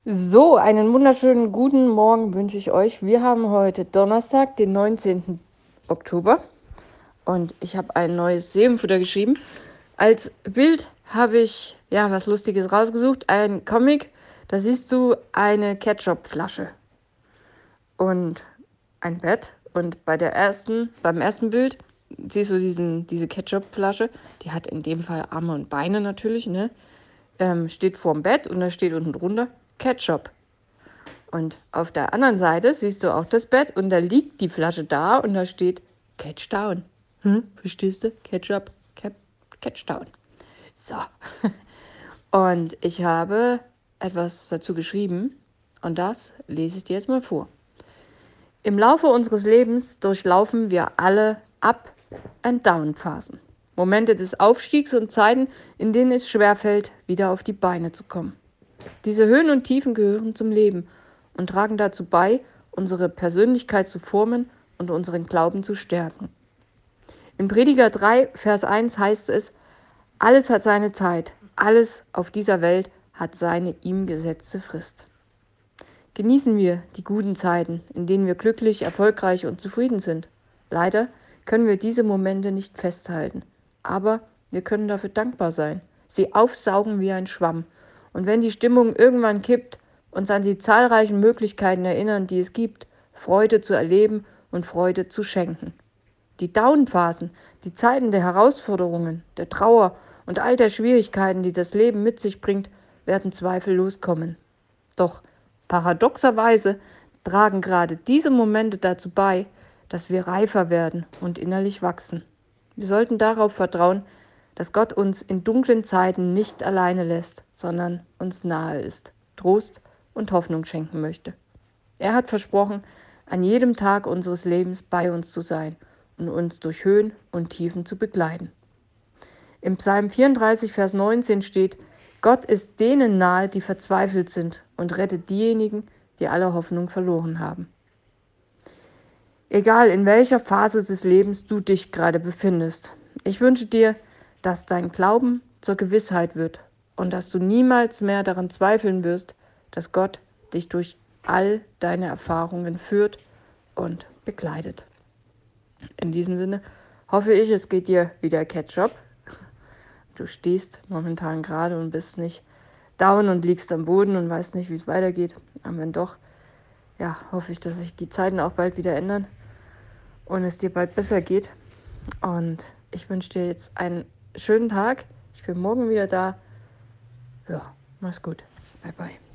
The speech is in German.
So, einen wunderschönen guten Morgen wünsche ich euch. Wir haben heute Donnerstag, den 19. Oktober und ich habe ein neues Seelenfutter geschrieben. Als Bild habe ich was Lustiges rausgesucht, ein Comic. Da siehst du eine Ketchupflasche und ein Bett und beim ersten Bild siehst du diese Ketchupflasche. Die hat in dem Fall Arme und Beine natürlich, ne? Steht vorm Bett und da steht unten drunter Ketchup. Und auf der anderen Seite siehst du auch das Bett und da liegt die Flasche da und da steht Catch Down. Verstehst du? Ketchup, Catch Down. So. Und ich habe etwas dazu geschrieben und das lese ich dir jetzt mal vor. Im Laufe unseres Lebens durchlaufen wir alle Up- and Down-Phasen. Momente des Aufstiegs und Zeiten, in denen es schwerfällt, wieder auf die Beine zu kommen. Diese Höhen und Tiefen gehören zum Leben und tragen dazu bei, unsere Persönlichkeit zu formen und unseren Glauben zu stärken. Im Prediger 3, Vers 1 heißt es, alles hat seine Zeit, alles auf dieser Welt hat seine ihm gesetzte Frist. Genießen wir die guten Zeiten, in denen wir glücklich, erfolgreich und zufrieden sind. Leider können wir diese Momente nicht festhalten, aber wir können dafür dankbar sein, sie aufsaugen wie ein Schwamm. Und wenn die Stimmung irgendwann kippt, uns an die zahlreichen Möglichkeiten erinnern, die es gibt, Freude zu erleben und Freude zu schenken. Die Down-Phasen, die Zeiten der Herausforderungen, der Trauer und all der Schwierigkeiten, die das Leben mit sich bringt, werden zweifellos kommen. Doch paradoxerweise tragen gerade diese Momente dazu bei, dass wir reifer werden und innerlich wachsen. Wir sollten darauf vertrauen, dass Gott uns in dunklen Zeiten nicht alleine lässt, sondern uns nahe ist, Trost und Hoffnung schenken möchte. Er hat versprochen, an jedem Tag unseres Lebens bei uns zu sein und uns durch Höhen und Tiefen zu begleiten. Im Psalm 34, Vers 19 steht, Gott ist denen nahe, die verzweifelt sind und rettet diejenigen, die alle Hoffnung verloren haben. Egal in welcher Phase des Lebens du dich gerade befindest, ich wünsche dir, dass dein Glauben zur Gewissheit wird und dass du niemals mehr daran zweifeln wirst, dass Gott dich durch all deine Erfahrungen führt und begleitet. In diesem Sinne hoffe ich, es geht dir wieder Ketchup. Du stehst momentan gerade und bist nicht down und liegst am Boden und weißt nicht, wie es weitergeht. Aber wenn doch, hoffe ich, dass sich die Zeiten auch bald wieder ändern und es dir bald besser geht. Und ich wünsche dir jetzt einen schönen Tag. Ich bin morgen wieder da. Ja, mach's gut. Bye, bye.